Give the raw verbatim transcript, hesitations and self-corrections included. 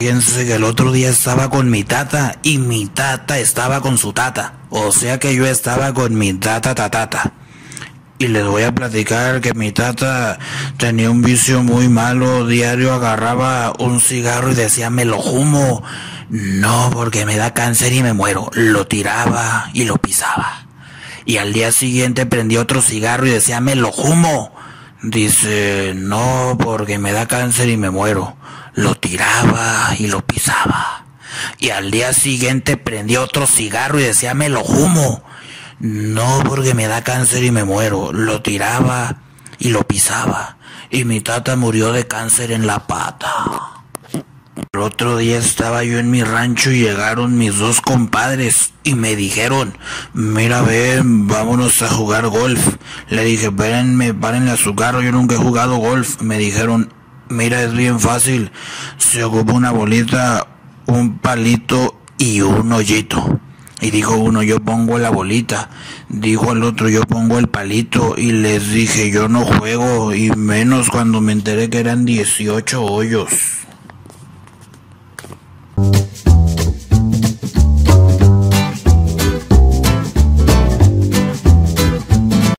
Fíjense que el otro día estaba con mi tata y mi tata estaba con su tata. O sea que yo estaba con mi tata tatata. Y les voy a platicar que mi tata tenía un vicio muy malo. Diario agarraba un cigarro y decía, me lo fumo. No, porque me da cáncer y me muero. Lo tiraba y lo pisaba. Y al día siguiente prendía otro cigarro y decía, me lo fumo. Dice, no, porque me da cáncer y me muero. Lo tiraba y lo pisaba. Y al día siguiente prendía otro cigarro y decía, me lo fumo. No, porque me da cáncer y me muero. Lo tiraba y lo pisaba. Y mi tata murió de cáncer en la pata. El otro día estaba yo en mi rancho y llegaron mis dos compadres y me dijeron, mira, ven, vámonos a jugar golf. Le dije, espérenme, párenle a su carro, yo nunca he jugado golf. Me dijeron, mira, es bien fácil, se ocupa una bolita, un palito y un hoyito. Y dijo uno, yo pongo la bolita. Dijo el otro, yo pongo el palito. Y les dije, yo no juego, y menos cuando me enteré que eran dieciocho hoyos.